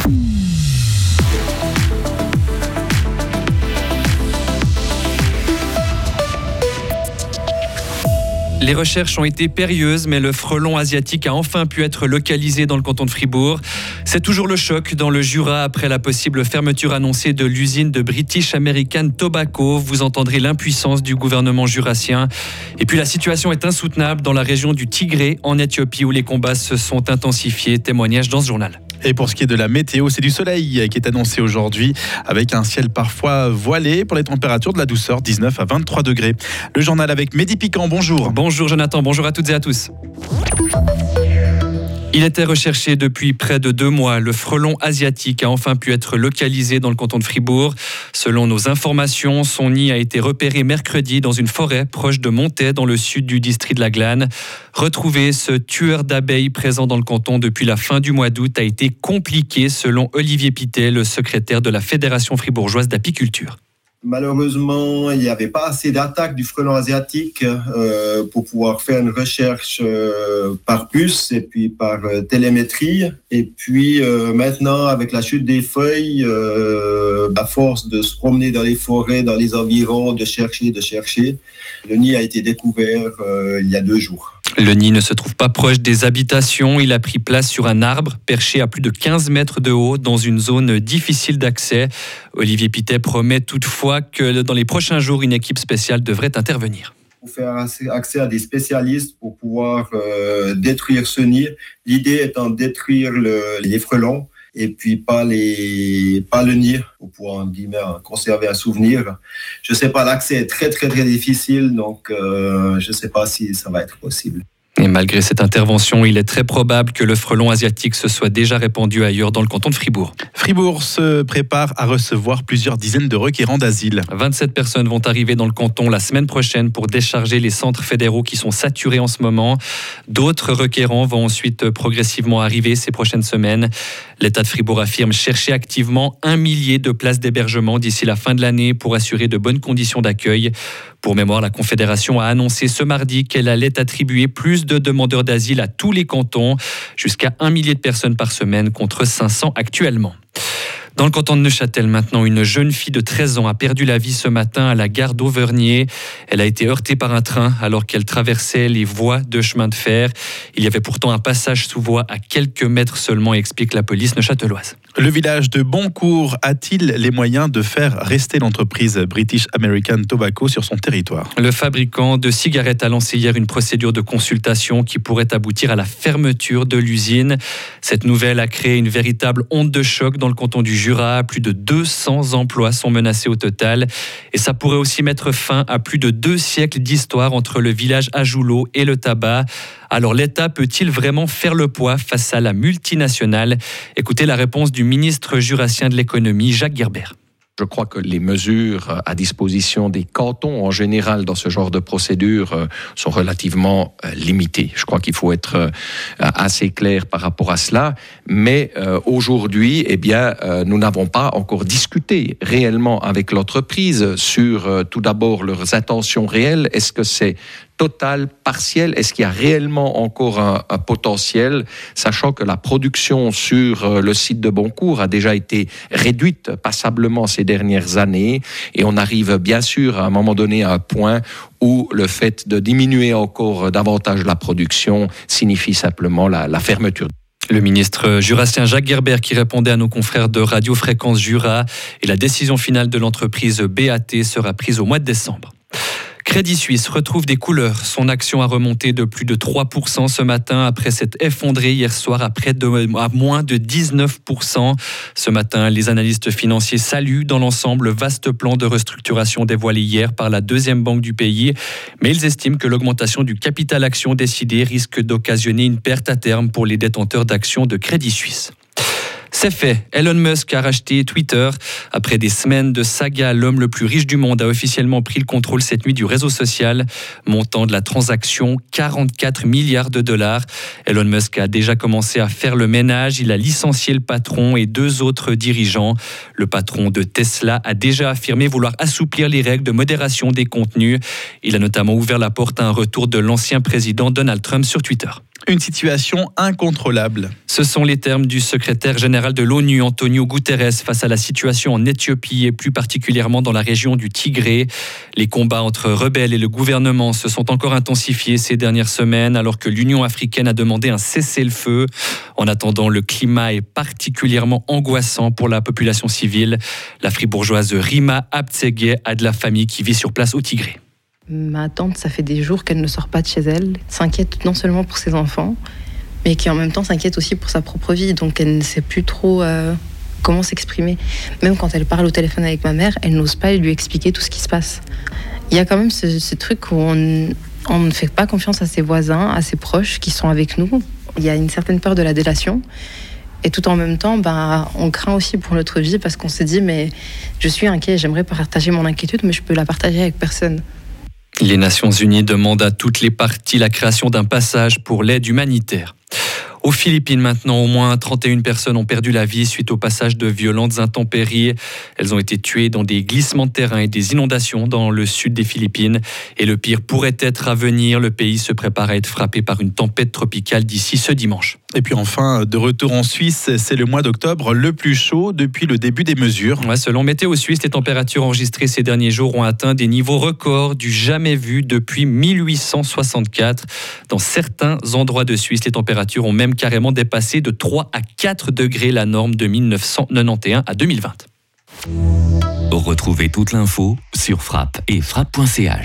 Les recherches ont été périlleuses, mais le frelon asiatique a enfin pu être localisé dans le canton de Fribourg. C'est toujours le choc dans le Jura après la possible fermeture annoncée de l'usine de British American Tobacco. Vous entendrez l'impuissance du gouvernement jurassien. Et puis la situation est insoutenable dans la région du Tigré, en Éthiopie, où les combats se sont intensifiés. Témoignage dans ce journal. Et pour ce qui est de la météo, c'est du soleil qui est annoncé aujourd'hui avec un ciel parfois voilé. Pour les températures, de la douceur, 19 à 23 degrés. Le journal avec Mehdi Piquant, bonjour. Bonjour Jonathan, bonjour à toutes et à tous. Il était recherché depuis près de 2 mois. Le frelon asiatique a enfin pu être localisé dans le canton de Fribourg. Selon nos informations, son nid a été repéré mercredi dans une forêt proche de Montaix, dans le sud du district de la Glane. Retrouver ce tueur d'abeilles présent dans le canton depuis la fin du mois d'août a été compliqué, selon Olivier Pittet, le secrétaire de la Fédération fribourgeoise d'apiculture. Malheureusement, il n'y avait pas assez d'attaques du frelon asiatique pour pouvoir faire une recherche par puce et puis par télémétrie. Et puis maintenant, avec la chute des feuilles, à force de se promener dans les forêts, dans les environs, de chercher, le nid a été découvert il y a 2 jours. Le nid ne se trouve pas proche des habitations. Il a pris place sur un arbre perché à plus de 15 mètres de haut dans une zone difficile d'accès. Olivier Pittet promet toutefois que dans les prochains jours, une équipe spéciale devrait intervenir. Pour faire accès à des spécialistes pour pouvoir détruire ce nid. L'idée étant de détruire les frelons et puis pas le nid pour pouvoir conserver un souvenir. Je sais pas, l'accès est très très très difficile, donc je sais pas si ça va être possible. Et malgré cette intervention, il est très probable que le frelon asiatique se soit déjà répandu ailleurs dans le canton de Fribourg. Fribourg se prépare à recevoir plusieurs dizaines de requérants d'asile. 27 personnes vont arriver dans le canton la semaine prochaine pour décharger les centres fédéraux qui sont saturés en ce moment. D'autres requérants vont ensuite progressivement arriver ces prochaines semaines. L'État de Fribourg affirme chercher activement 1 millier de places d'hébergement d'ici la fin de l'année pour assurer de bonnes conditions d'accueil. Pour mémoire, la Confédération a annoncé ce mardi qu'elle allait attribuer plus de demandeurs d'asile à tous les cantons, jusqu'à 1 millier de personnes par semaine contre 500 actuellement. Dans le canton de Neuchâtel, maintenant, une jeune fille de 13 ans a perdu la vie ce matin à la gare d'Auvergne. Elle a été heurtée par un train alors qu'elle traversait les voies de chemin de fer. Il y avait pourtant un passage sous voie à quelques mètres seulement, explique la police neuchâteloise. Le village de Boncourt a-t-il les moyens de faire rester l'entreprise British American Tobacco sur son territoire ? Le fabricant de cigarettes a lancé hier une procédure de consultation qui pourrait aboutir à la fermeture de l'usine. Cette nouvelle a créé une véritable onde de choc dans le canton du Jura. Plus de 200 emplois sont menacés au total. Et ça pourrait aussi mettre fin à plus de 2 siècles d'histoire entre le village Ajoulot et le tabac. Alors l'État peut-il vraiment faire le poids face à la multinationale ? Écoutez la réponse du ministre jurassien de l'économie, Jacques Gerbert. Je crois que les mesures à disposition des cantons en général dans ce genre de procédure sont relativement limitées. Je crois qu'il faut être assez clair par rapport à cela. Mais aujourd'hui, nous n'avons pas encore discuté réellement avec l'entreprise sur tout d'abord leurs intentions réelles. Est-ce que c'est total, partiel? Est-ce qu'il y a réellement encore un potentiel, sachant que la production sur le site de Boncourt a déjà été réduite passablement ces dernières années, et on arrive bien sûr à un moment donné à un point où le fait de diminuer encore davantage la production signifie simplement la fermeture. Le ministre jurassien Jacques Gerbert qui répondait à nos confrères de Radio Fréquence Jura, et la décision finale de l'entreprise BAT sera prise au mois de décembre. Crédit Suisse retrouve des couleurs. Son action a remonté de plus de 3% ce matin après s'être effondré hier soir à moins de 19%. Ce matin, les analystes financiers saluent dans l'ensemble le vaste plan de restructuration dévoilé hier par la deuxième banque du pays. Mais ils estiment que l'augmentation du capital action décidée risque d'occasionner une perte à terme pour les détenteurs d'actions de Crédit Suisse. C'est fait, Elon Musk a racheté Twitter. Après des semaines de saga, l'homme le plus riche du monde a officiellement pris le contrôle cette nuit du réseau social. Montant de la transaction, 44 milliards de dollars. Elon Musk a déjà commencé à faire le ménage. Il a licencié le patron et 2 autres dirigeants. Le patron de Tesla a déjà affirmé vouloir assouplir les règles de modération des contenus. Il a notamment ouvert la porte à un retour de l'ancien président Donald Trump sur Twitter. Une situation incontrôlable. Ce sont les termes du secrétaire général de l'ONU, Antonio Guterres, face à la situation en Éthiopie et plus particulièrement dans la région du Tigré. Les combats entre rebelles et le gouvernement se sont encore intensifiés ces dernières semaines alors que l'Union africaine a demandé un cessez-le-feu. En attendant, le climat est particulièrement angoissant pour la population civile. La fribourgeoise Rima Abtsege a de la famille qui vit sur place au Tigré. Ma tante, ça fait des jours qu'elle ne sort pas de chez elle, s'inquiète non seulement pour ses enfants, mais qui en même temps s'inquiète aussi pour sa propre vie. Donc elle ne sait plus trop comment s'exprimer. Même quand elle parle au téléphone avec ma mère, elle n'ose pas lui expliquer tout ce qui se passe. Il y a quand même ce truc où on ne fait pas confiance à ses voisins, à ses proches qui sont avec nous. Il y a une certaine peur de la délation. Et tout en même temps, on craint aussi pour notre vie parce qu'on se dit mais je suis inquiet, j'aimerais partager mon inquiétude, mais je peux la partager avec personne. Les Nations Unies demandent à toutes les parties la création d'un passage pour l'aide humanitaire. Aux Philippines maintenant, au moins 31 personnes ont perdu la vie suite au passage de violentes intempéries. Elles ont été tuées dans des glissements de terrain et des inondations dans le sud des Philippines. Et le pire pourrait être à venir. Le pays se prépare à être frappé par une tempête tropicale d'ici ce dimanche. Et puis enfin, de retour en Suisse, c'est le mois d'octobre le plus chaud depuis le début des mesures. Selon Météo Suisse, les températures enregistrées ces derniers jours ont atteint des niveaux records du jamais vu depuis 1864. Dans certains endroits de Suisse, les températures ont même carrément dépassé de 3 à 4 degrés la norme de 1991 à 2020. Retrouvez toute l'info sur frappe et frappe.ch.